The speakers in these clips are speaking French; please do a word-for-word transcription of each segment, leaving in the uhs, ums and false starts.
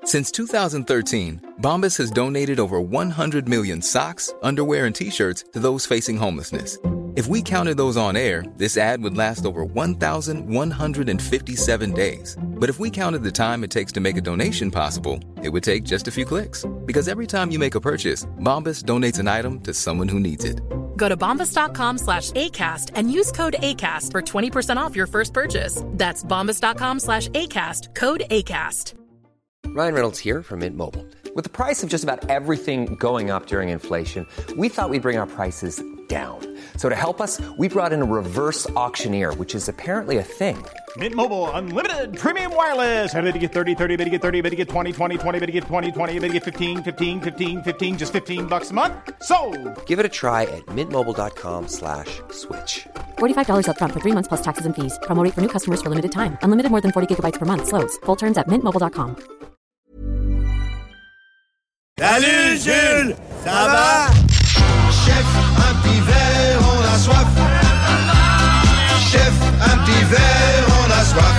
Since two thousand thirteen, Bombas has donated over one hundred million socks, underwear, and T-shirts to those facing homelessness. If we counted those on air, this ad would last over one thousand one hundred fifty-seven days. But if we counted the time it takes to make a donation possible, it would take just a few clicks. Because every time you make a purchase, Bombas donates an item to someone who needs it. Go to bombas.com slash ACAST and use code ACAST for twenty percent off your first purchase. That's bombas.com slash ACAST, code ACAST. Ryan Reynolds here from Mint Mobile. With the price of just about everything going up during inflation, we thought we'd bring our prices down. So to help us, we brought in a reverse auctioneer, which is apparently a thing. Mint Mobile Unlimited Premium Wireless. How to get thirty, thirty, how to get thirty, how to get twenty, twenty, twenty, how to get twenty, twenty, how to get fifteen, fifteen, fifteen, fifteen, just fifteen bucks a month? Sold! Give it a try at mintmobile.com slash switch. forty-five dollars up front for three months plus taxes and fees. Promo rate for new customers for limited time. Unlimited more than forty gigabytes per month. Slows full terms at mint mobile dot com. Salut Jules! Ça va? Chef, un petit verre, on a soif. Chef, un petit verre, on a soif.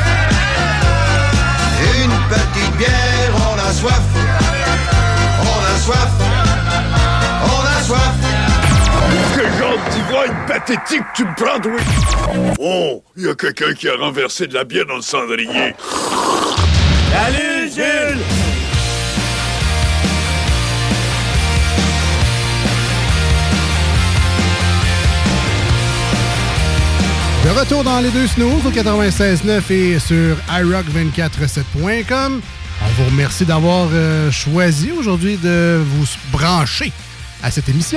Une petite bière, on a soif. On a soif. On a soif. Quel genre d'ivrogne pathétique tu me prends, oui? Oh, il y a quelqu'un qui a renversé de la bière dans le cendrier. Salut Jules! De retour dans les deux snooze au quatre-vingt-seize neuf et sur i rock vingt-quatre sept point com. On vous remercie d'avoir euh, choisi aujourd'hui de vous brancher à cette émission.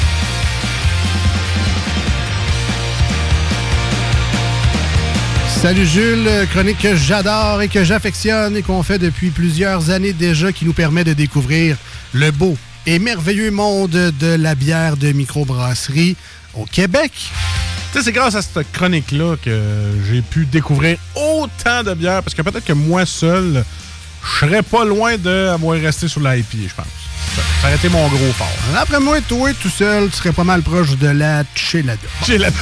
Salut Jules, chronique que j'adore et que j'affectionne et qu'on fait depuis plusieurs années déjà, qui nous permet de découvrir le beau et merveilleux monde de la bière de microbrasserie au Québec. Tu sais, c'est grâce à cette chronique-là que j'ai pu découvrir autant de bières, parce que peut-être que moi seul, je serais pas loin d'avoir resté sur l'I P A, je pense. Ça aurait été mon gros fort. Après moi, toi, tout seul, tu serais pas mal proche de la Chelada. Chelada.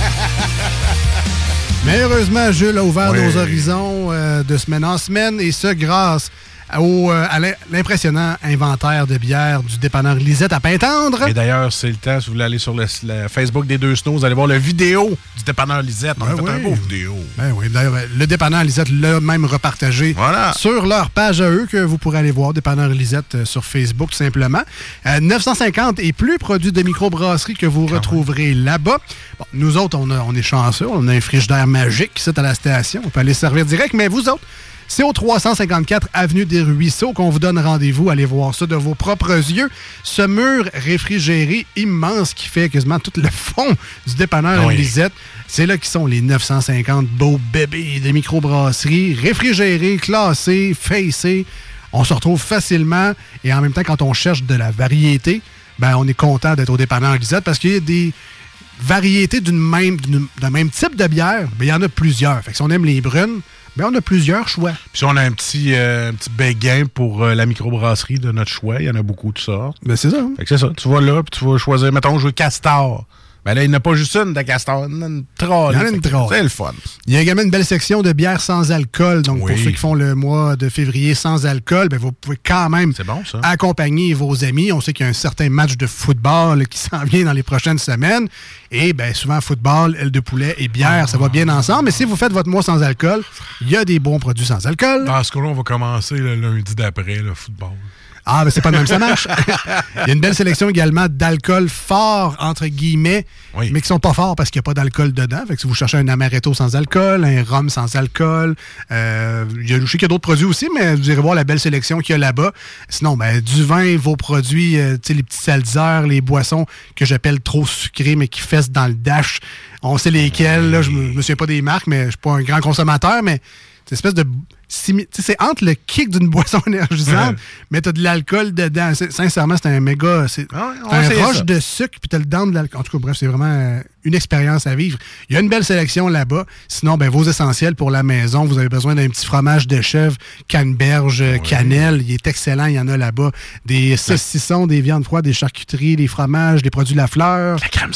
Mais heureusement, Jules a ouvert oui. nos horizons euh, de semaine en semaine, et ça grâce au, euh, à l'impressionnant inventaire de bières du dépanneur Lisette à Pintendre. Et d'ailleurs, c'est le temps, si vous voulez aller sur le, le Facebook des Deux Snows, vous allez voir la vidéo du dépanneur Lisette. On ben a fait oui. un beau vidéo. Ben oui, d'ailleurs, le dépanneur Lisette l'a même repartagé voilà. sur leur page à eux, que vous pourrez aller voir, dépanneur Lisette, sur Facebook, tout simplement. Euh, neuf cent cinquante et plus produits de microbrasserie que vous retrouverez là-bas. Bon, nous autres, on, a, on est chanceux, on a un frigidaire magique ici à la station. On peut aller servir direct, mais vous autres, c'est au trois cent cinquante-quatre Avenue des Ruisseaux qu'on vous donne rendez-vous. Allez voir ça de vos propres yeux. Ce mur réfrigéré immense qui fait quasiment tout le fond du dépanneur oui. Lisette. C'est là qu'ils sont les neuf cent cinquante beaux bébés de microbrasserie, réfrigérés, classés, facés. On se retrouve facilement, et en même temps, quand on cherche de la variété, ben on est content d'être au dépanneur Lisette, parce qu'il y a des variétés d'une même, d'une, d'un même type de bière. Ben, il y en a plusieurs. Fait que si on aime les brunes, ben, on a plusieurs choix. Puis si on a un petit, euh, un petit béguin pour euh, la microbrasserie de notre choix, il y en a beaucoup de sortes. Ben, c'est ça. Hein? Fait que c'est ça. Tu vas là, puis tu vas choisir, mettons, je veux Castor. Ben là, il n'y en a pas juste une de Castor, il y en a une trolley. Il y en a une trolley. C'est le fun. Il y a également une belle section de bières sans alcool. Donc, oui. pour ceux qui font le mois de février sans alcool, ben, vous pouvez quand même c'est bon, ça. accompagner vos amis. On sait qu'il y a un certain match de football là, qui s'en vient dans les prochaines semaines. Et ben, souvent, football, aile de poulet et bière, ah. ça va bien ensemble. Mais si vous faites votre mois sans alcool, il y a des bons produits sans alcool. Dans ce cas-là, on va commencer le lundi d'après, le football. Ah, ben c'est pas de même, ça marche. Il y a une belle sélection également d'alcool fort, entre guillemets, oui. mais qui sont pas forts parce qu'il n'y a pas d'alcool dedans. Fait que si vous cherchez un amaretto sans alcool, un rhum sans alcool, euh, il y a, je sais qu'il y a d'autres produits aussi, mais vous irez voir la belle sélection qu'il y a là-bas. Sinon, ben du vin, vos produits, euh, tu sais, les petits seltzers, les boissons que j'appelle trop sucrées, mais qui fessent dans le dash. On sait lesquels, là, je me, me souviens pas des marques, mais je suis pas un grand consommateur, mais c'est une espèce de... C'est entre le kick d'une boisson énergisante, mais t'as de l'alcool dedans. C'est, sincèrement, c'est un méga... C'est ah, un rush de sucre, puis t'as le down de l'alcool. En tout cas, bref, c'est vraiment une expérience à vivre. Il y a une belle sélection là-bas. Sinon, ben vos essentiels pour la maison, vous avez besoin d'un petit fromage de chèvre, canneberge, oui. cannelle. Il est excellent, il y en a là-bas. Des saucissons, des viandes froides, des charcuteries, des fromages, des produits La Fleur. La crème sure.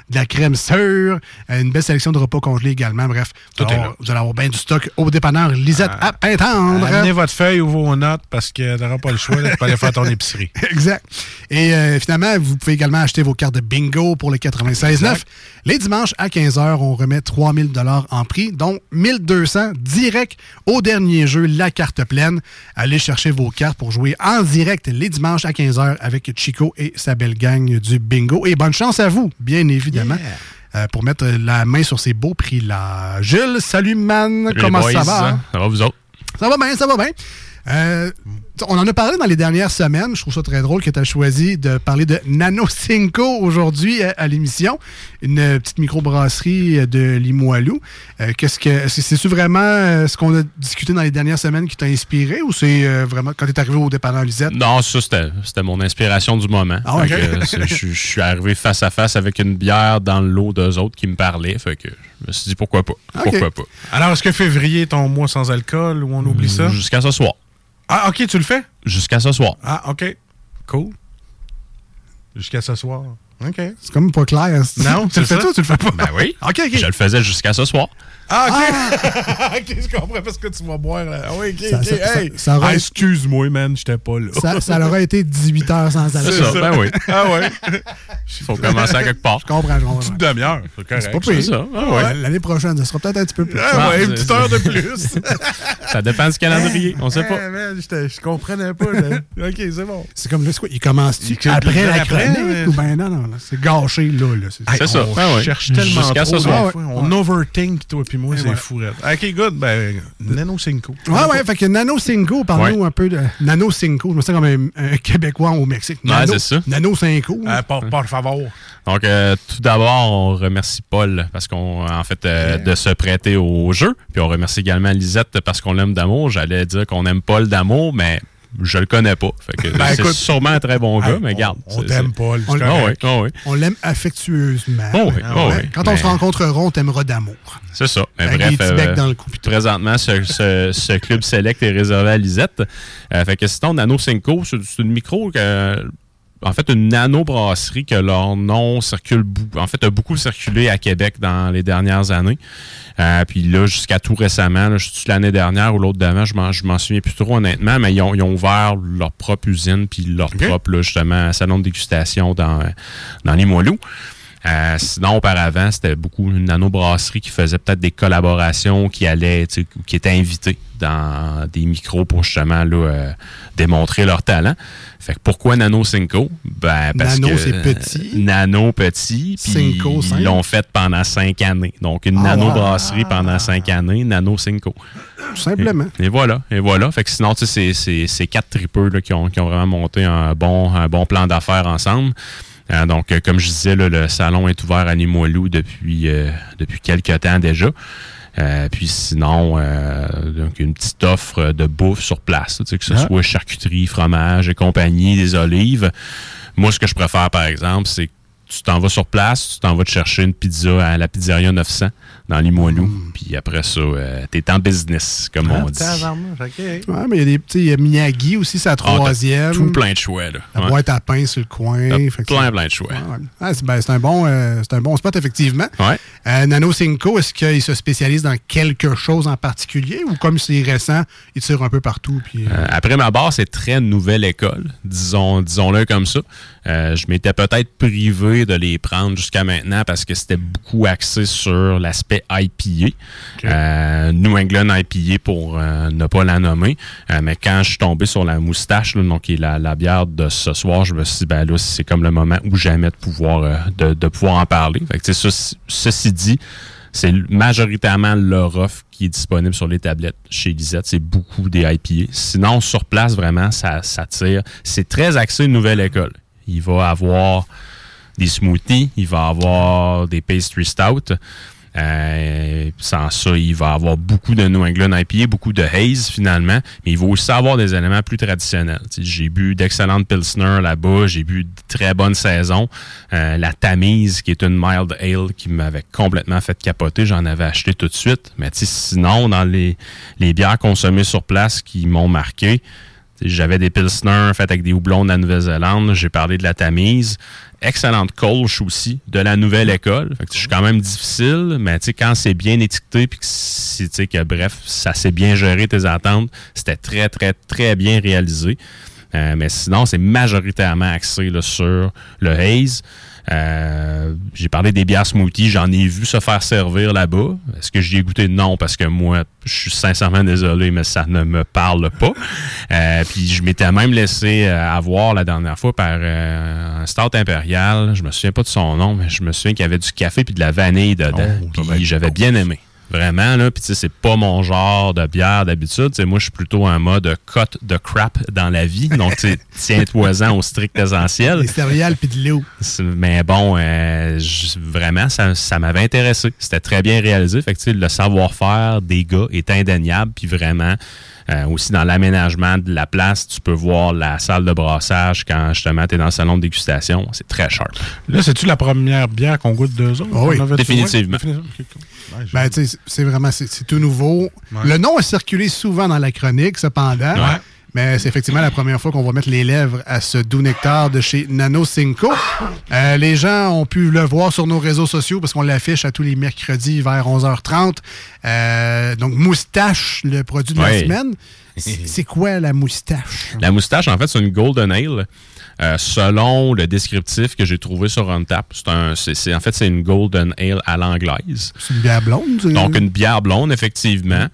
de la crème sure, une belle sélection de repas congelés également. Bref, Tout alors, est là. vous allez avoir bien du stock au dépanneur Lisette Ah, à Pintendre. Amenez votre feuille ou vos notes parce que tu n'auras pas le choix de aller faire ton épicerie. Exact. Et euh, finalement, vous pouvez également acheter vos cartes de bingo pour le quatre-vingt-seize neuf. Les dimanches à quinze heures, on remet trois mille dollars en prix, dont mille deux cents direct au dernier jeu, la carte pleine. Allez chercher vos cartes pour jouer en direct les dimanches à quinze heures avec Chico et sa belle gang du bingo. Et bonne chance à vous, bien évidemment. Yeah. Euh, pour mettre la main sur ces beaux prix-là. Jules, salut man, salut comment boys, ça va? Ça va vous autres? Ça va bien, ça va bien. Euh, on en a parlé dans les dernières semaines. Je trouve ça très drôle que tu as choisi de parler de Nano Cinco aujourd'hui à, à l'émission. Une euh, petite microbrasserie de Limoilou. Euh, qu'est-ce que c'est, c'est-tu vraiment euh, ce qu'on a discuté dans les dernières semaines qui t'a inspiré ou c'est euh, vraiment quand tu es arrivé au dépanneur Lisette? Non, ça, c'était, c'était mon inspiration du moment. Ah, okay. Fait que, c'est, je, je suis arrivé face à face avec une bière dans le lot d'eux autres qui me parlaient. Fait que je me suis dit pourquoi pas. Okay. Pourquoi pas. Alors, est-ce que février est ton mois sans alcool ou on oublie ça? Jusqu'à ce soir. Ah, OK, tu le fais? Jusqu'à ce soir. Ah, OK. Cool. Jusqu'à ce soir. OK. C'est comme pas clair. Non, tu le fais ça ou tu le fais pas? Ben oui. OK, OK. Je le faisais jusqu'à ce soir. Ah, OK. Ah! OK, je comprends parce que tu vas boire. Là. Ah, oui, OK, ça, OK. Ça, hey. ça, ça aurait... ah, excuse-moi, man, j'étais pas là. Ça, ça aurait été dix-huit heures sans alcool. C'est ça, ben oui. Ah, ouais. Il faut commencer à quelque part. Je comprends, je comprends. Une petite demi-heure, c'est correct. C'est pas pire. C'est ça. Ah, ouais. Ouais, l'année prochaine, ça sera peut-être un petit peu plus. Ah, ouais, une petite heure de plus. Ça dépend du calendrier, on sait pas. Hey, man, je, je comprenais pas. Là. OK, c'est bon. C'est comme là, c'est quoi? Il commence-tu Il après la après, chronique mais... ou ben non, non, là, c'est gâché là. là c'est c'est ça. On ah, ouais. cherche tellement jusqu'à trop. ce soir. Ouais. On overthink, toi puis moi, Et c'est voilà. fou. OK, good. Ben, Nano Cinco. Ouais, ouais, fait que Nano Cinco, parle-nous ouais. un peu de Nano Cinco. Je me sens comme un, un Québécois au Mexique. Nano, ouais, c'est ça. Nano Cinco. Euh, par, par favor. Donc, euh, tout d'abord, on remercie Paul parce qu'on, en fait, euh, de se prêter au jeu. Puis on remercie également Lisette parce qu'on l'aime d'amour. J'allais dire qu'on aime Paul d'amour, mais je le connais pas. Fait que Ben, c'est écoute, sûrement un très bon gars, hey, mais garde. On, on t'aime, Paul. On, oh, oui, oh, oui. on l'aime affectueusement. Oh, oui, oh, Ouais. oui. Quand mais... on se rencontrera, on t'aimera d'amour. C'est ça. Mais Avec bref, des petits euh, becs dans le cou. présentement, ce, ce, ce club select est réservé à Lisette. Euh, fait que sinon, Nano Cinco, c'est, c'est une micro que... En fait, une nano-brasserie que leur nom circule, en fait, a beaucoup circulé à Québec dans les dernières années. Euh, puis là, jusqu'à tout récemment, là, je suis l'année dernière ou l'autre d'avant, je m'en, je m'en souviens plus trop honnêtement, mais ils ont, ils ont ouvert leur propre usine puis leur okay. propre, là, justement, salon de dégustation dans, dans Limoilou. Euh, sinon, auparavant, c'était beaucoup une nano-brasserie qui faisait peut-être des collaborations, qui allaient, qui étaient invités dans des micros pour justement là, euh, démontrer leur talent. Fait que pourquoi Nano Cinco? Ben, parce Nano, que, c'est petit. Nano, petit. Puis ils l'ont fait pendant cinq années. Donc, une ah, nano-brasserie wow. pendant cinq années, Nano Cinco. Tout simplement. Et, et voilà, et voilà. Fait que sinon, tu sais, c'est, c'est, c'est quatre tripeux là, qui, ont, qui ont vraiment monté un bon, un bon plan d'affaires ensemble. Euh, donc, euh, comme je disais, là, le salon est ouvert à Limoilou depuis, euh, depuis quelques temps déjà. Euh, puis sinon, euh, donc une petite offre de bouffe sur place, tu sais, que ce ah. soit charcuterie, fromage et compagnie, des olives. Moi, ce que je préfère, par exemple, c'est que tu t'en vas sur place, tu t'en vas te chercher une pizza à la pizzeria neuf cents dans Limoilou. Mm. Puis après ça, euh, t'es en business, comme ah, on dit. Okay. Ouais, mais il y a des petits, il y a Miyagi aussi, c'est la troisième. Ah, tout plein de choix, là. La ouais. boîte à pain sur le coin. Fait plein, plein de choix. Ouais, ouais. Ah, c'est, ben, c'est, un bon, euh, c'est un bon spot, effectivement. Ouais. Euh, Nano Cinco, est-ce qu'il se spécialise dans quelque chose en particulier ou comme c'est récent, il tire un peu partout? Puis, euh... Euh, après ma barre, c'est très nouvelle école, disons, disons-le comme ça. Euh, je m'étais peut-être privé de les prendre jusqu'à maintenant parce que c'était beaucoup axé sur l'aspect I P A. Okay. Euh, New England I P A pour euh, ne pas la nommer. Euh, mais quand je suis tombé sur la moustache, là, donc qui est la, la bière de ce soir, je me suis dit, ben là, c'est comme le moment ou jamais de pouvoir, euh, de, de pouvoir en parler. Fait que, ce, ceci dit, c'est majoritairement leur offre qui est disponible sur les tablettes chez Lisette. C'est beaucoup des I P A. Sinon, sur place, vraiment, ça, ça tire. C'est très axé nouvelle école. Il va avoir des smoothies, il va avoir des pastry stout. Euh, sans ça, il va avoir beaucoup de New England I P A, beaucoup de haze finalement, mais il va aussi avoir des éléments plus traditionnels. T'sais, j'ai bu d'excellentes Pilsner là-bas, j'ai bu de très bonnes saisons. Euh, la Tamise, qui est une mild ale qui m'avait complètement fait capoter, j'en avais acheté tout de suite. Mais sinon, dans les, les bières consommées sur place qui m'ont marqué, J'avais des Pilsner faits avec des houblons de la Nouvelle-Zélande. J'ai parlé de la Tamise. Excellente Kolsch aussi, de la nouvelle école. Fait que je suis quand même difficile, mais quand c'est bien étiqueté puis que, si, que bref, ça s'est bien géré tes attentes, c'était très, très, très bien réalisé. Euh, mais sinon, c'est majoritairement axé là, sur le haze. Euh, j'ai parlé des bières smoothie, j'en ai vu se faire servir là-bas. Est-ce que j'y ai goûté? Non, parce que moi, je suis sincèrement désolé, mais ça ne me parle pas. Euh, puis je m'étais même laissé euh, avoir la dernière fois par euh, un stout impérial. Je me souviens pas de son nom, mais je me souviens qu'il y avait du café puis de la vanille dedans. Oh, puis j'avais bien aimé. Vraiment, là, puis tu sais, c'est pas mon genre de bière d'habitude. T'sais, moi, je suis plutôt en mode cut de crap dans la vie. Donc, tiens-toi-en au strict essentiel. Des céréales puis de l'eau. Mais bon, euh, je, vraiment, ça, ça m'avait intéressé. C'était très bien réalisé. Fait que, tu sais, le savoir-faire des gars est indéniable. Puis vraiment, euh, aussi dans l'aménagement de la place, tu peux voir la salle de brassage quand, justement, tu es dans le salon de dégustation. C'est très sharp. Là, c'est-tu la première bière qu'on goûte d'eux autres? Oh oui, définitivement. définitivement. Okay, cool. Ouais, ben, tu sais, c'est vraiment, c'est, c'est tout nouveau. Ouais. Le nom a circulé souvent dans la chronique, cependant. Ouais. Mais c'est effectivement la première fois qu'on va mettre les lèvres à ce doux nectar de chez Nano Cinco. Euh, les gens ont pu le voir sur nos réseaux sociaux parce qu'on l'affiche à tous les mercredis vers onze heures trente. Euh, donc, Moustache, le produit de ouais. la semaine. C'est, c'est quoi la moustache? La moustache, en fait, c'est une Golden Ale. Euh, selon le descriptif que j'ai trouvé sur Untap, c'est un, c'est, c'est, en fait, c'est une Golden Ale à l'anglaise. C'est une bière blonde? C'est... Donc, une bière blonde, effectivement.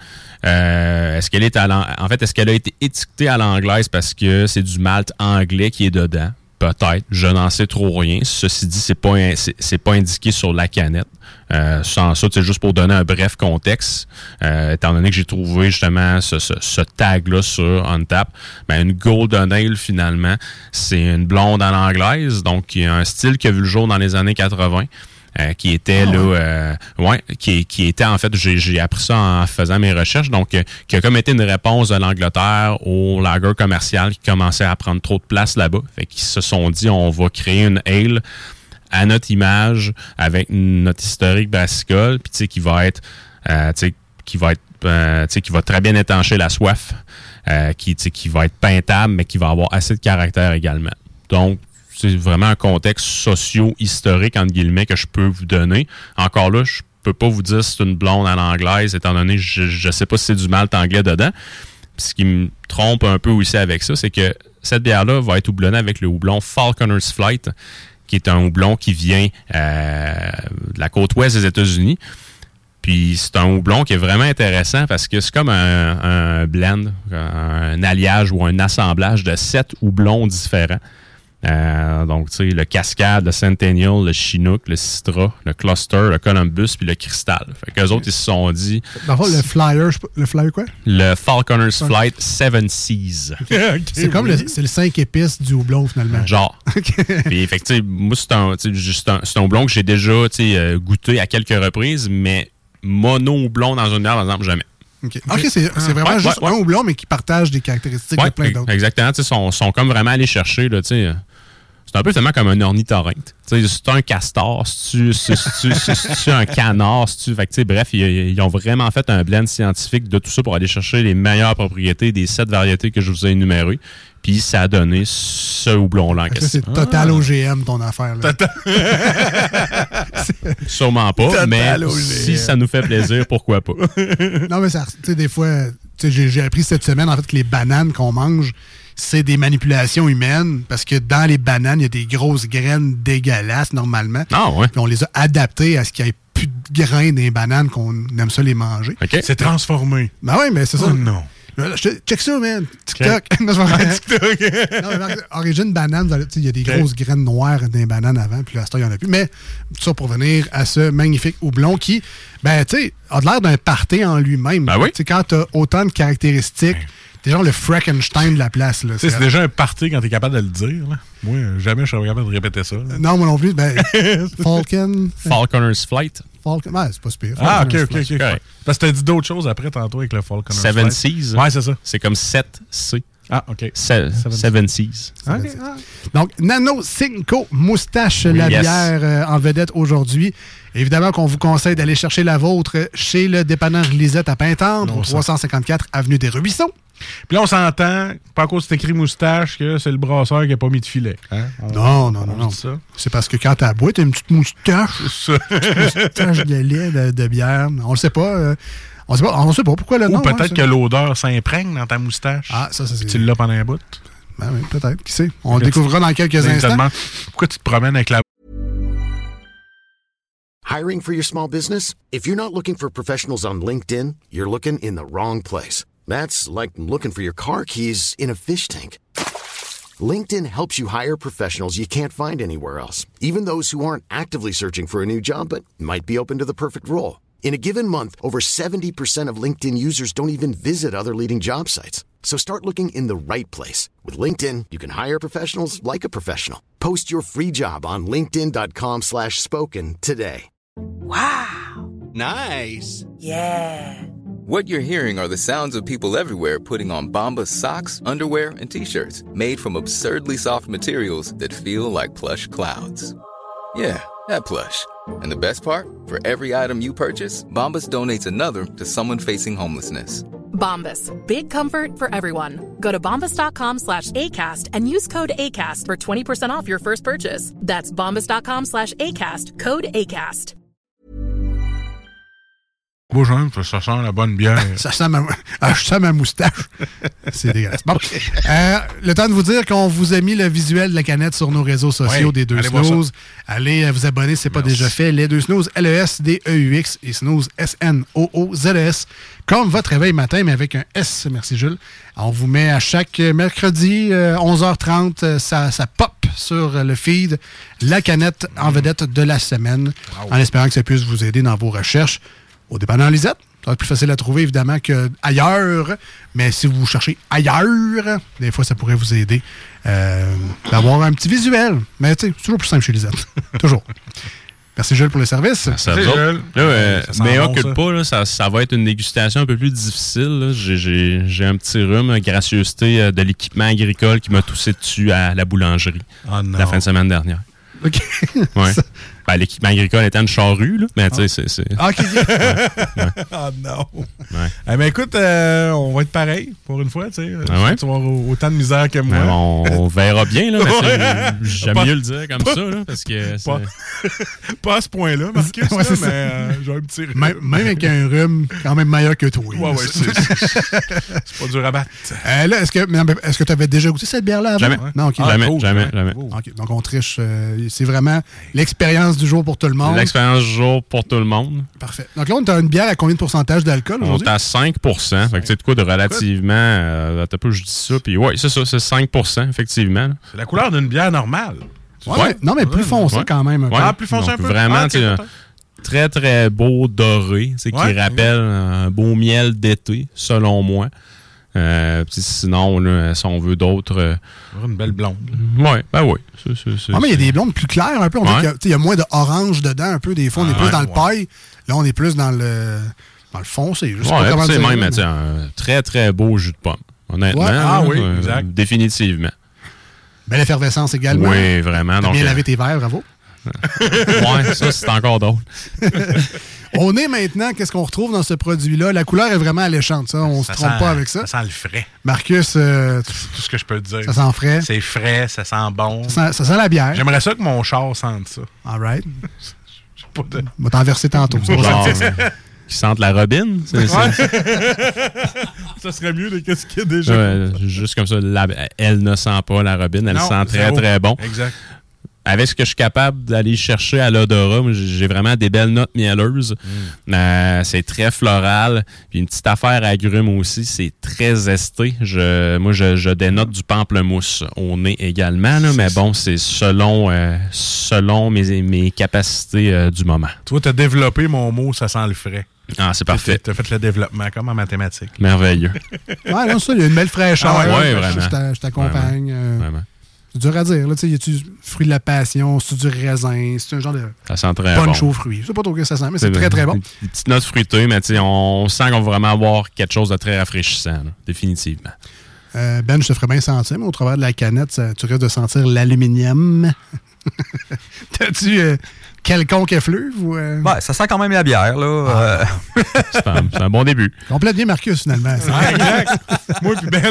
Euh, est-ce qu'elle est à l'ang... En fait, est-ce qu'elle a été étiquetée à l'anglaise parce que c'est du malt anglais qui est dedans? Peut-être. Je n'en sais trop rien. Ceci dit, c'est pas, c'est, c'est pas indiqué sur la canette. Euh, sans ça, c'est juste pour donner un bref contexte. Euh, étant donné que j'ai trouvé justement ce, ce, ce tag-là sur Untap, ben une Golden Ale, finalement, c'est une blonde à l'anglaise. Donc, il y a un style qui a vu le jour dans les années quatre-vingt. Euh, qui était oh, là, euh, ouais, qui, qui était en fait, j'ai, j'ai appris ça en faisant mes recherches, donc euh, qui a comme été une réponse de l'Angleterre au lager commercial qui commençait à prendre trop de place là-bas. Fait qu'ils se sont dit, on va créer une ale à notre image avec notre historique brassicole, puis tu sais qui va être, euh, tu sais, qui va être, euh, tu sais, qui va très bien étancher la soif, euh, qui, tu sais, qui va être peintable, mais qui va avoir assez de caractère également. Donc c'est vraiment un contexte socio-historique, entre guillemets, que je peux vous donner. Encore là, je peux pas vous dire si c'est une blonde à l'anglaise, étant donné que je ne sais pas si c'est du malt anglais dedans. Puis ce qui me trompe un peu aussi avec ça, c'est que cette bière-là va être houblonnée avec le houblon Falconer's Flight, qui est un houblon qui vient euh, de la côte ouest des États-Unis. Puis c'est un houblon qui est vraiment intéressant parce que c'est comme un, un blend, un alliage ou un assemblage de sept houblons différents. Euh, donc, tu sais, le Cascade, le Centennial, le Chinook, le Citra, le Cluster, le Columbus, puis le Crystal. Fait qu'eux autres, ils se sont dit... Dans le fond, le Flyer, le Flyer quoi? Le Falconer's Flight Seven Seas. Okay, c'est oui. comme le, c'est le cinq épices du houblon, finalement. Genre. Puis, fait que, tu sais, moi, c'est un, c'est, un, c'est un houblon que j'ai déjà, tu sais, goûté à quelques reprises, mais mono-houblon dans une bière, par exemple, jamais. OK, okay c'est, c'est vraiment ouais, juste ouais, un ouais. houblon, mais qui partage des caractéristiques ouais, de plein d'autres. Exactement. Ils sont, sont comme vraiment allés chercher, là, tu sais... C'est un peu finalement comme un ornithorynque. Tu sais, c'est un castor, c'est-tu, c'est-tu, c'est-tu un canard, c'est-tu... Fait que, tu sais, bref, ils, ils ont vraiment fait un blend scientifique de tout ça pour aller chercher les meilleures propriétés des sept variétés que je vous ai énumérées. Puis ça a donné ce houblon-là en question. C'est total ah. O G M, ton affaire. Là. Total... Sûrement pas, total mais O G M. Si ça nous fait plaisir, pourquoi pas? Non, mais ça, tu sais, des fois, tu sais, j'ai, j'ai appris cette semaine, en fait, que les bananes qu'on mange, c'est des manipulations humaines parce que dans les bananes, il y a des grosses graines dégueulasses normalement. Ah ouais. Puis on les a adaptées à ce qu'il n'y ait plus de grains dans les bananes, qu'on aime ça les manger. Okay. C'est transformé. Ben oui, mais c'est ça. Oh non. Je, check ça, man. TikTok. Okay. non, TikTok. non, mais origine banane, il y a des okay. grosses graines noires dans les bananes avant, puis là, il n'y en a plus. Mais tout ça pour venir à ce magnifique houblon qui, ben, tu sais, a l'air d'un party en lui-même. Ben oui. Tu sais, quand tu as autant de caractéristiques. Ben. C'est genre le Frankenstein de la place. Là. C'est, c'est déjà un party quand t'es capable de le dire. Là. Moi, jamais je serais capable de répéter ça. Là. Non, moi non plus. Ben, Falcon. Falconer's Flight. Falcon. Ouais, c'est pas super. Ah, ok, ok, ok. Parce que t'as dit d'autres choses après tantôt avec le Falconer's Flight. Seven Seas. Ouais, c'est ça. C'est comme sept C. Ah, OK. Se- Seven Seas. Okay. Ah. Donc, Nano Cinco Moustache, Oui, la yes. bière euh, en vedette aujourd'hui. Évidemment qu'on vous conseille d'aller chercher la vôtre chez le dépanneur Lisette à Pintendre, Non, au ça. trois cent cinquante-quatre Avenue des Ruisseaux. Puis là, on s'entend, pas à cause c'est écrit moustache, que c'est le brasseur qui n'a pas mis de filet. Hein? On, Non, non, non, on non. dit ça. C'est parce que quand t'as bois, t'as une petite moustache. C'est ça. Une petite moustache de lait, de, de bière. On le sait pas. euh, on sait pas, on sait pas pourquoi le Ou nom. peut-être hein, que ça. l'odeur s'imprègne dans ta moustache. Ah, ça, ça c'est... Puis tu l'as pendant un bout. Ben oui, peut-être. Qui sait? On le Là, découvrira dans quelques Là, il te instants. demande, pourquoi tu te promènes avec la... Hiring for your small business? If you're not looking for professionals on LinkedIn, you're looking in the wrong place. That's like looking for your car keys in a fish tank. LinkedIn helps you hire professionals you can't find anywhere else, even those who aren't actively searching for a new job but might be open to the perfect role. In a given month, over seventy percent of LinkedIn users don't even visit other leading job sites. So start looking in the right place. With LinkedIn, you can hire professionals like a professional. Post your free job on linkedin.com slash spoken today. Wow. Nice. Yeah. What you're hearing are the sounds of people everywhere putting on Bombas socks, underwear, and T-shirts made from absurdly soft materials that feel like plush clouds. Yeah, that plush. And the best part? For every item you purchase, Bombas donates another to someone facing homelessness. Bombas. Big comfort for everyone. Go to bombas.com slash ACAST and use code ACAST for twenty percent off your first purchase. That's bombas.com slash ACAST. Code ACAST. Beau jeune, ça sent la bonne bière. Ça sent ma, ah, je sens ma moustache. C'est dégueulasse. Bon. Euh, le temps de vous dire qu'on vous a mis le visuel de la canette sur nos réseaux sociaux Oui, des deux allez voir snooze. Allez euh, vous abonner si ce n'est pas déjà fait. Les deux snooze, L E S D E U X et snooze, S N O O Z E S. Comme votre réveil matin, mais avec un S. Merci Jules. On vous met à chaque mercredi, euh, onze heures trente, euh, ça, ça pop sur le feed, la canette en vedette de la semaine, Wow. en espérant que ça puisse vous aider dans vos recherches. Au dépanneur Lisette, ça va être plus facile à trouver, évidemment, qu'ailleurs. Mais si vous cherchez ailleurs, des fois, ça pourrait vous aider euh, d'avoir un petit visuel. Mais tu sais, c'est toujours plus simple chez Lisette. Toujours. Merci, Jules, pour le service. Ça vous autres. Là, euh, Ça sent mais bon, occupe ça. pas, là, ça, ça va être une dégustation un peu plus difficile. là. J'ai, j'ai, j'ai un petit rhume, euh, gracieuseté euh, de l'équipement agricole qui m'a toussé dessus à la boulangerie Oh non. la fin de semaine dernière. OK. Ouais. Ça- Ben, l'équipement agricole étant une charrue, là, mais tu sais, c'est... c'est... Ah, OK. Ah non. Ouais. Eh ben écoute, euh, on va être pareil pour une fois, tu sais. Ah ouais? Tu vas avoir autant de misère que moi. Ben, on, on verra bien, là, mais tu sais, Ouais. j'aime Pas- mieux le dire comme pas- ça, là, parce que... c'est- Pas, pas à ce point-là, Marcus, Ouais, là, c'est mais ça. euh, j'ai un petit... Même, même avec un rhume, quand même meilleur que toi. Ouais, ouais, c'est, c'est, c'est pas dur à battre. Euh, là, est-ce que mais, est-ce que tu avais déjà goûté cette bière-là avant? Jamais. Non, OK. Ah, jamais, cool, jamais, ouais. jamais. Cool. OK. Donc, on triche. euh, c'est vraiment l'expérience du jour pour tout le monde. L'expérience du jour pour tout le monde. Parfait. Donc là, on a une bière à combien de pourcentage d'alcool On aujourd'hui? est à cinq pour cent. Fait que tu sais de quoi de relativement... Euh, attends un peu, je dis ça. Puis ouais, c'est ça, c'est cinq pour cent, effectivement. là. C'est la couleur d'une bière normale. Ouais, Ouais. mais- non, mais plus foncé Ouais. quand même. un peu. Ouais. Ah, plus foncé Donc, un peu? Vraiment, Ah, ok, tu sais, un peut-être. très, très beau doré, tu sais, Ouais. qui rappelle un beau miel d'été, selon moi. Euh, puis sinon, là, si on veut d'autres... euh, Une belle blonde. ouais, ben oui. C'est, c'est, c'est, Ah, mais il y a c'est- des blondes plus claires un peu. On Ouais. dirait qu'il y a- tu sais, il y a moins d'orange dedans un peu. Des fois, on est Ah, plus ouais, dans le ouais. paille. Là, on est plus dans le, dans le foncé. Je sais Ouais, pas comment puis c'est dire, même mais- tu sais, un très, très beau jus de pomme. Honnêtement. Ouais. Ah là, oui, euh, exact. Définitivement. Belle effervescence également. Oui, vraiment. T'as Donc, bien euh, lavé tes verres, bravo. ouais, ça, c'est encore drôle. On est maintenant, qu'est-ce qu'on retrouve dans ce produit-là? La couleur est vraiment alléchante, ça. On se Ça trompe sent- pas avec ça. Ça sent le frais. Marcus, euh, C'est tout ce que je peux te dire. ça sent frais. C'est frais, ça sent bon. Ça sent, ça sent la bière. J'aimerais ça que mon char sente ça. All right. J'ai pas de- On va t'en verser tantôt. C'est pour ça. Genre, euh, qui sentent la robine. C'est, c'est- Ça serait mieux de qu'est-ce qu'il y a déjà. Ouais, juste comme ça, la- elle ne sent pas la robine, elle Non, sent très zéro. très bon. Exact. Avec ce que je suis capable d'aller chercher à l'odorat, moi, j'ai vraiment des belles notes mielleuses. Mm. Euh, c'est très floral. Puis une petite affaire agrumes aussi, c'est très esté. Je, moi, je, je dénote du pamplemousse au nez également, là, mais bon, c'est selon, euh, selon mes, mes capacités euh, du moment. Toi, t'as développé mon mot, ça sent le frais. Ah, c'est parfait. T'as fait le développement, comme en mathématiques. Merveilleux. Ouais, non, ça, il y a une belle fraîcheur. Ah ouais, là. ouais, Je- vraiment. Je t'a- je t'accompagne. euh, Vraiment. C'est dur à dire. Là, tu sais, y a-tu fruit de la passion? C'est du raisin? C'est un genre de Ça sent très punch bon. aux fruits. Je sais pas trop ce que ça sent, mais c'est très, très bon. Des petites notes fruitées, mais tu sais, on sent qu'on va vraiment avoir quelque chose de très rafraîchissant, là, définitivement. Euh, ben, je te ferais bien sentir, mais au travers de la canette, ça, tu risques de sentir l'aluminium. T'as-tu euh, quelconque effluve? Ou, euh... ouais, ça sent quand même la bière, là. Ah. Euh... c'est, un, c'est un bon début. Complète bien Marcus, finalement. Ouais, exact. Moi puis Ben,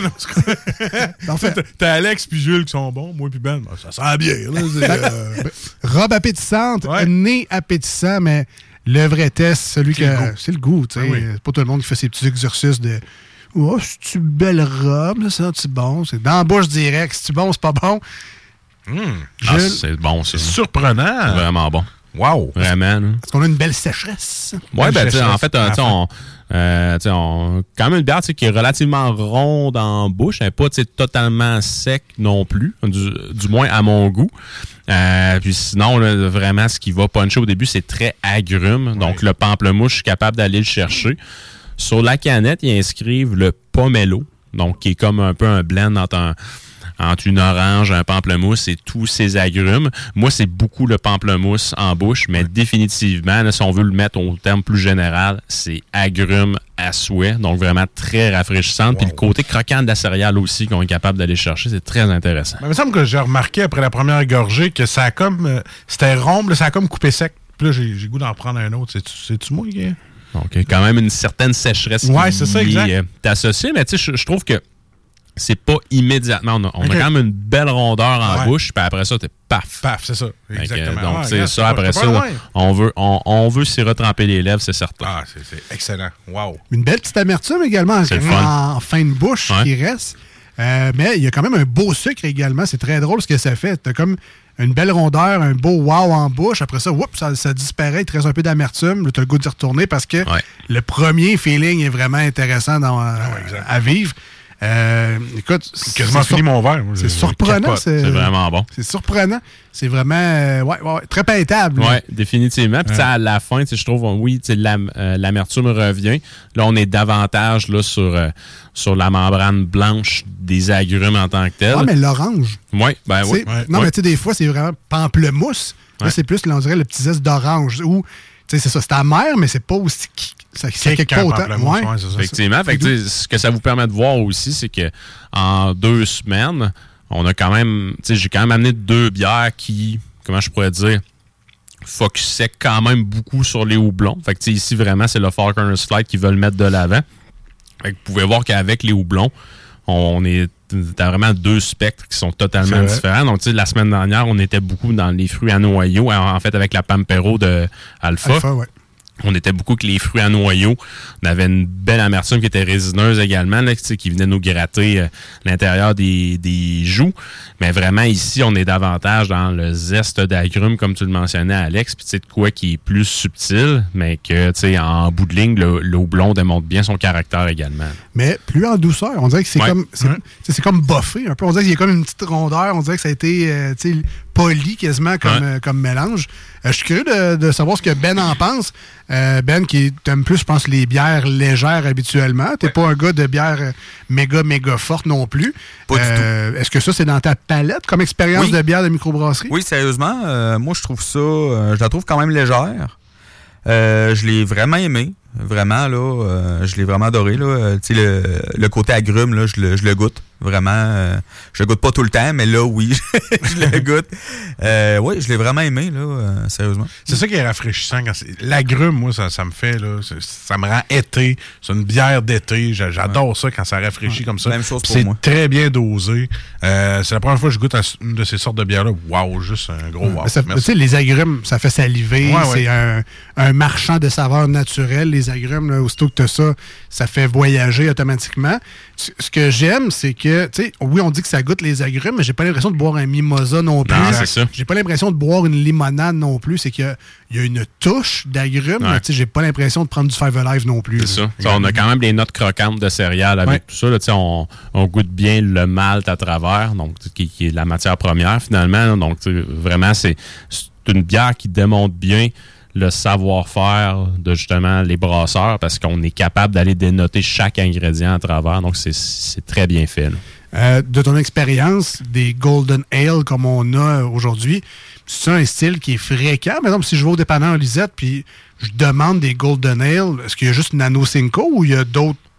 en fait, t'as, t'as Alex puis Jules qui sont bons. Moi puis Ben, ben, ça sent la bière. Là, c'est, euh... robe appétissante, ouais. Nez appétissant, mais le vrai test, celui c'est que... Le c'est le goût, tu sais. Ah oui. C'est pas tout le monde qui fait ses petits exercices de... Oh, c'est-tu belle robe? Ça sent-tu bon? C'est dans la bouche direct. C'est-tu bon, c'est pas bon? Mmh. Ah, c'est bon, ça. C'est surprenant. C'est vraiment bon. Wow. Vraiment. Là. Est-ce qu'on a une belle sécheresse? Oui, ben, en fait, euh, on, euh, on, quand même une bière qui est relativement ronde en bouche. Elle n'est pas totalement sec non plus, du, du moins à mon goût. Euh, puis sinon, là, vraiment, ce qui va puncher au début, c'est très agrume. Oui. Donc, le pamplemousse, je suis capable d'aller le chercher. Sur la canette, ils inscrivent le pomelo, donc qui est comme un peu un blend entre, un, entre une orange, un pamplemousse et tous ces agrumes. Moi, c'est beaucoup le pamplemousse en bouche, mais ouais. définitivement, là, si on veut le mettre au terme plus général, c'est agrumes à souhait, donc vraiment très rafraîchissante. Wow. Puis le côté croquant de la céréale aussi qu'on est capable d'aller chercher, c'est très intéressant. Mais il me semble que j'ai remarqué après la première gorgée que ça a comme... Euh, c'était rond, là, ça a comme coupé sec. Puis là, j'ai, j'ai goût d'en prendre un autre. C'est-tu, c'est-tu moi qui... Donc, quand même une certaine sécheresse ouais, qui c'est ça, exact. est associée, mais tu sais, je, je trouve que c'est pas immédiatement. On a, on okay. a quand même une belle rondeur en ouais. bouche, puis après ça, t'es paf. Paf, c'est ça. Exactement. Que, donc, ah, c'est regarde, ça, c'est après pas, ça, là, on veut, on, on veut s'y retremper les lèvres, c'est certain. Ah, c'est, c'est excellent. Wow. Une belle petite amertume également en, en fin de bouche ouais. qui reste. Euh, mais il y a quand même un beau sucre également. C'est très drôle ce que ça fait. T'as comme une belle rondeur, un beau wow en bouche. Après ça, whoop, ça, ça disparaît. Il te reste un peu d'amertume. Là, tu as le goût d'y retourner parce que ouais. le premier feeling est vraiment intéressant dans, ah ouais, à vivre. Euh, écoute, j'ai quasiment fini mon verre. Moi, c'est surprenant. C'est, c'est vraiment bon. C'est surprenant. C'est vraiment euh, ouais, ouais, très peintable. Oui, définitivement. Puis ouais. à la fin, je trouve, oui, l'am, euh, l'amertume revient. Là, on est davantage là, sur, euh, sur la membrane blanche des agrumes en tant que tel. Ah, mais l'orange. Oui, ben oui. Ouais. Non, ouais. mais tu sais, des fois, c'est vraiment pamplemousse. Ouais. Là, c'est plus, là, on dirait, le petit zeste d'orange. Ou, tu sais, c'est ça, c'est amer, mais c'est pas aussi... Ça, ça quelque pas autant. Ouais. Ouais, c'est ça, effectivement. Fait que, ce que ça vous permet de voir aussi, c'est que en deux semaines, on a quand même, tu sais, j'ai quand même amené deux bières qui, comment je pourrais dire, focusaient quand même beaucoup sur les houblons. Fait que, tu sais, ici, vraiment, c'est le Four Corners Flight qui veut le mettre de l'avant. Fait que vous pouvez voir qu'avec les houblons, on est t'as vraiment deux spectres qui sont totalement différents. Donc, tu sais, la semaine dernière, on était beaucoup dans les fruits à noyaux, en fait, avec la Pampero de Alpha. Alpha, ouais. On était beaucoup que les fruits à noyaux. On avait une belle amertume qui était résineuse également, là, qui venait nous gratter euh, l'intérieur des, des joues. Mais vraiment, ici, on est davantage dans le zeste d'agrumes, comme tu le mentionnais, Alex. Puis, tu sais, de quoi qui est plus subtil, mais que, tu sais, en bout de ligne, le, le houblon démontre bien son caractère également. Mais plus en douceur. On dirait que c'est ouais. comme c'est, ouais. c'est comme buffé un peu. On dirait qu'il y a comme une petite rondeur. On dirait que ça a été, euh, tu sais, poli quasiment comme, ouais. euh, comme mélange. Euh, je suis curieux de, de savoir ce que Ben en pense. Euh, Ben, qui t'aime plus, je pense, les bières légères habituellement. T'es ouais. pas un gars de bière euh, méga, méga forte non plus. Pas euh, du tout. Est-ce que ça, c'est dans ta palette comme expérience oui. de bière de microbrasserie? Oui, sérieusement. Euh, moi, je trouve ça... Euh, je la trouve quand même légère. Euh, je l'ai vraiment aimé. Vraiment, là. Euh, je l'ai vraiment adoré, là. Tu sais, le, le côté agrume, là, je le, je le goûte. Vraiment. Euh, je le goûte pas tout le temps, mais là, oui, je le goûte. Euh, oui, je l'ai vraiment aimé, là, euh, sérieusement. C'est ça qui est rafraîchissant. Quand c'est... L'agrume, moi, ça, ça me fait, là, ça me rend été. C'est une bière d'été. J'adore ouais. ça quand ça rafraîchit ouais. comme ça. Même chose pour c'est moi. Très bien dosé. Euh, c'est la première fois que je goûte à une de ces sortes de bières-là. Wow, juste un gros wow. Tu sais, les agrumes, ça fait saliver. Ouais, c'est ouais. Un, un marchand de saveurs naturelles. Les agrumes, là, aussitôt que tu as ça, ça fait voyager automatiquement. Ce que j'aime, c'est que, tu sais, oui, on dit que ça goûte les agrumes, mais j'ai pas l'impression de boire un mimosa non plus. Non, c'est ça. J'ai pas l'impression de boire une limonade non plus. C'est qu'il y a, il y a une touche d'agrumes, ouais. mais tu sais, j'ai pas l'impression de prendre du Five Alive non plus. C'est là. Ça. On a quand même des notes croquantes de céréales avec ouais. tout ça. Là, on, on goûte bien le malt à travers, donc qui, qui est la matière première finalement. Là, donc, vraiment, c'est, c'est une bière qui démontre bien le savoir-faire de justement les brasseurs parce qu'on est capable d'aller dénoter chaque ingrédient à travers. Donc, c'est, c'est très bien fait. Euh, de ton expérience, des Golden Ale comme on a aujourd'hui, c'est un style qui est fréquent. Par exemple, si je vais au dépanneur Lisette puis je demande des Golden Ale, est-ce qu'il y a juste Nano Cinco ou il y a d'autres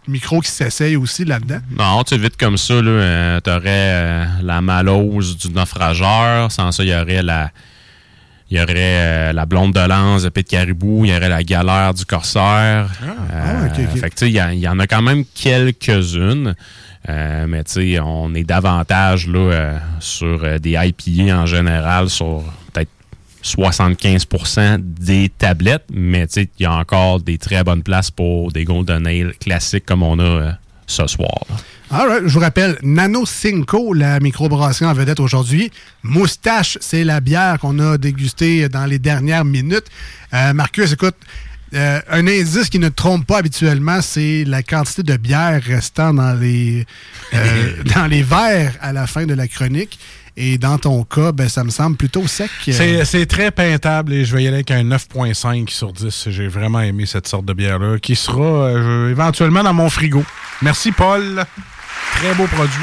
micros qui s'essayent aussi là-dedans. Non, tu sais, vite comme ça, là, euh, tu aurais euh, la Malose du naufrageur. Sans ça, il y aurait la... Il y aurait euh, la Blonde de Lance de Pete Caribou. Il y aurait la Galère du Corsaire. Ah, euh, ah, okay, okay. Fait que, tu sais, il y, y en a quand même quelques-unes. Euh, mais, tu sais, on est davantage là, euh, sur euh, des I P A en général, sur peut-être soixante-quinze pour cent des tablettes. Mais, tu sais, il y a encore des très bonnes places pour des Golden Ale classiques comme on a euh, ce soir. Là. Alright, je vous rappelle, Nano Cinco, la microbrasserie en vedette aujourd'hui. Moustache, c'est la bière qu'on a dégustée dans les dernières minutes. Euh, Marcus, écoute, euh, un indice qui ne trompe pas habituellement, c'est la quantité de bière restant dans les, euh, dans les verres à la fin de la chronique. Et dans ton cas, ben, ça me semble plutôt sec. C'est, c'est très peintable et je vais y aller avec un neuf virgule cinq sur dix. J'ai vraiment aimé cette sorte de bière-là qui sera euh, éventuellement dans mon frigo. Merci, Paul. Très beau produit.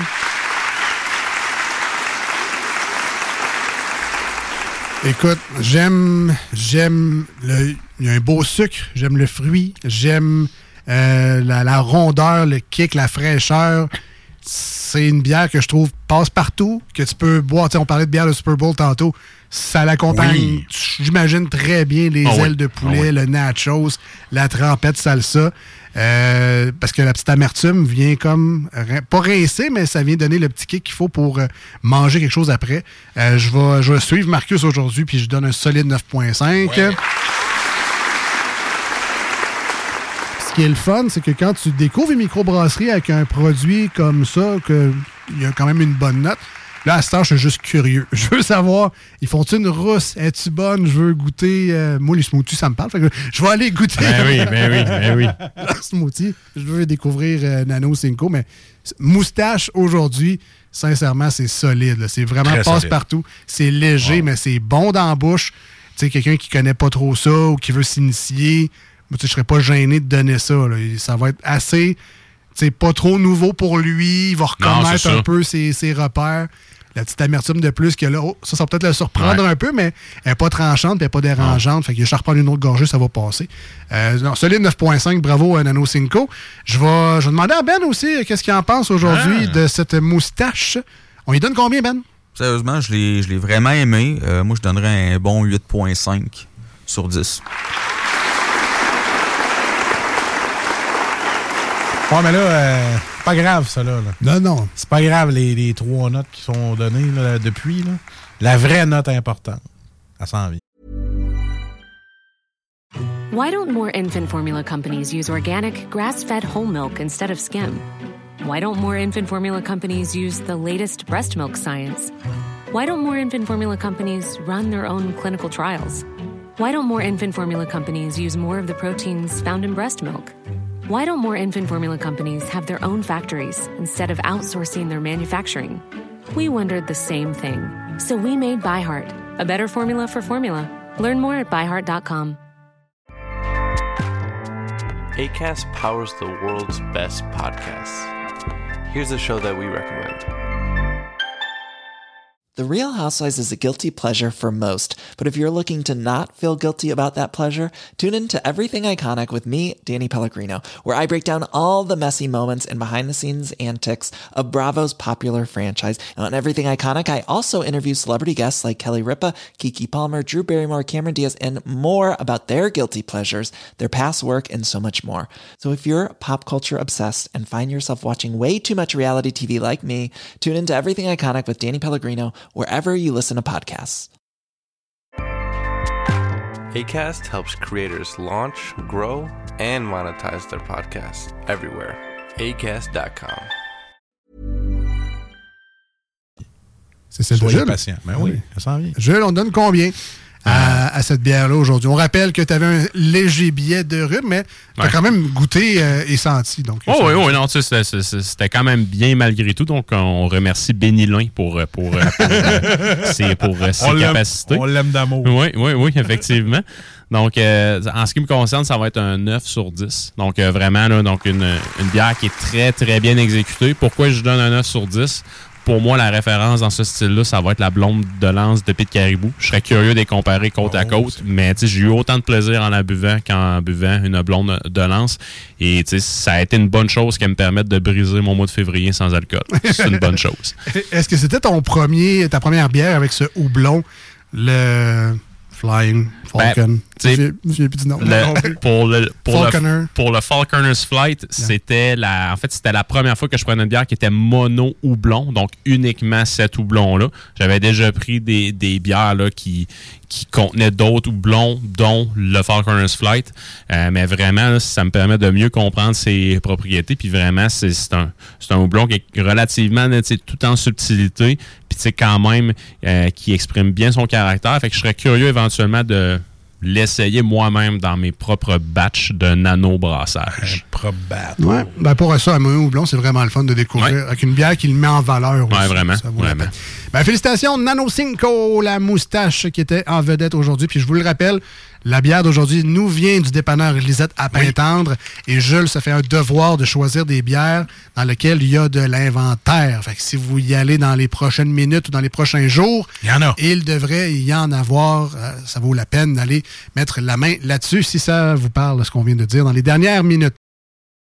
Écoute, j'aime, j'aime le, il y a un beau sucre, j'aime le fruit, j'aime euh, la, la rondeur, le kick, la fraîcheur. C'est une bière que je trouve passe partout, que tu peux boire. T'sais, on parlait de bière de Super Bowl tantôt. Ça l'accompagne, oui. J'imagine, très bien les oh ailes oui. de poulet, oh oui. le nachos, la trempette salsa. Euh, parce que la petite amertume vient comme, pas rincer, mais ça vient donner le petit kick qu'il faut pour euh, manger quelque chose après. Euh, je vais je vais suivre Marcus aujourd'hui, puis je donne un solide neuf virgule cinq. Ouais. Ce qui est le fun, c'est que quand tu découvres une microbrasserie avec un produit comme ça, qu'il y a quand même une bonne note, là, à ce temps, je suis juste curieux. Je veux savoir, ils font-ils une rousse? Es-tu bonne? Je veux goûter. Euh, moi, les smoothies, ça me parle. Fait que je vais aller goûter. Ben oui, ben oui, ben oui. Le smoothie. Je veux découvrir euh, Nano Cinco, mais moustache, aujourd'hui, sincèrement, c'est solide. Là. C'est vraiment très passe-partout. C'est léger, wow. mais c'est bon dans la bouche. Tu sais, quelqu'un qui connaît pas trop ça ou qui veut s'initier, moi, je serais pas gêné de donner ça. Là. Ça va être assez... C'est pas trop nouveau pour lui. Il va reconnaître non, un peu ses, ses repères. La petite amertume de plus que là, oh, ça, ça va peut-être le surprendre ouais. un peu, mais elle n'est pas tranchante, elle n'est pas dérangeante. Non. Fait que je vais reprendre une autre gorgée, ça va passer. Euh, non, solide neuf virgule cinq, bravo à Nano Cinco. Je vais, je vais demander à Ben aussi qu'est-ce qu'il en pense aujourd'hui ah. de cette moustache. On lui donne combien, Ben? Sérieusement, je l'ai, je l'ai vraiment aimé. Euh, moi, je donnerais un bon huit virgule cinq sur dix. Ouais, mais là, euh, c'est pas grave, ça, là. là. Non, non. C'est pas grave, les, les trois notes qui sont données là, depuis. Là. La vraie note importante, elle s'en vient. Why don't more infant formula companies use organic, grass-fed whole milk instead of skim? Why don't more infant formula companies use the latest breast milk science? Why don't more infant formula companies run their own clinical trials? Why don't more infant formula companies use more of the proteins found in breast milk? Why don't more infant formula companies have their own factories instead of outsourcing their manufacturing? We wondered the same thing. So we made ByHeart, a better formula for formula. Learn more at by heart dot com. Acast powers the world's best podcasts. Here's a show that we recommend. The Real Housewives is a guilty pleasure for most, but if you're looking to not feel guilty about that pleasure, tune in to Everything Iconic with me, Danny Pellegrino, where I break down all the messy moments and behind-the-scenes antics of Bravo's popular franchise. And on Everything Iconic, I also interview celebrity guests like Kelly Ripa, Keke Palmer, Drew Barrymore, Cameron Diaz, and more about their guilty pleasures, their past work, and so much more. So if you're pop culture obsessed and find yourself watching way too much reality T V like me, tune in to Everything Iconic with Danny Pellegrino, wherever you listen to podcasts. Acast helps creators launch, grow, and monetize their podcasts everywhere. acast dot com. C'est celle de Jules. Patient. Ben oui, ça s'en vient. Jules, on donne combien à, à cette bière-là aujourd'hui? On rappelle que tu avais un léger billet de rhume, mais tu as ouais. quand même goûté euh, et senti. Donc, oh oui, oui, non, c'était, c'était quand même bien malgré tout. Donc, on remercie Bénilin pour, pour, pour, pour, ses, pour ses on capacités. L'aime, on l'aime d'amour. Oui, oui, oui, effectivement. Donc, euh, en ce qui me concerne, ça va être un neuf sur dix. Donc, euh, vraiment, là, donc une, une bière qui est très, très bien exécutée. Pourquoi je donne un neuf sur dix? pour moi, la référence dans ce style-là, ça va être la blonde de lance de Pete Caribou. Je serais curieux de les comparer côte oh, à côte, mais j'ai eu autant de plaisir en la buvant qu'en buvant une blonde de lance. Et ça a été une bonne chose qui me permette de briser mon mois de février sans alcool. C'est une bonne chose. Est-ce que c'était ton premier, ta première bière avec ce houblon, le Flying Falcon? Ben, je me plus du nom. Le, pour, le, pour, Falconer. le, pour le Falconer's Flight, yeah. c'était la, en fait, c'était la première fois que je prenais une bière qui était mono houblon, donc uniquement cet houblon-là. J'avais déjà pris des, des bières là, qui, qui contenaient d'autres houblons, dont le Falconer's Flight. Euh, mais vraiment, là, ça me permet de mieux comprendre ses propriétés. Puis vraiment, c'est, c'est, un, c'est un houblon qui est relativement tout en subtilité. Puis tu sais, quand même, euh, qui exprime bien son caractère. Fait que je serais curieux éventuellement de l'essayer moi-même dans mes propres batchs de nano-brassage. Propre batch. Ouais. Ben pour ça, un mono houblon, c'est vraiment le fun de découvrir ouais. avec une bière qui le met en valeur aussi. Ouais, vraiment. Ça vaut vraiment. la peine. Ben, félicitations, Nano Cinco, la moustache qui était en vedette aujourd'hui. Puis je vous le rappelle, la bière d'aujourd'hui nous vient du dépanneur Lisette à Pintendre. Oui. Et Jules, ça fait un devoir de choisir des bières dans lesquelles il y a de l'inventaire. Fait que si vous y allez dans les prochaines minutes ou dans les prochains jours, il y en a. Il devrait y en avoir. Euh, ça vaut la peine d'aller mettre la main là-dessus si ça vous parle de ce qu'on vient de dire dans les dernières minutes.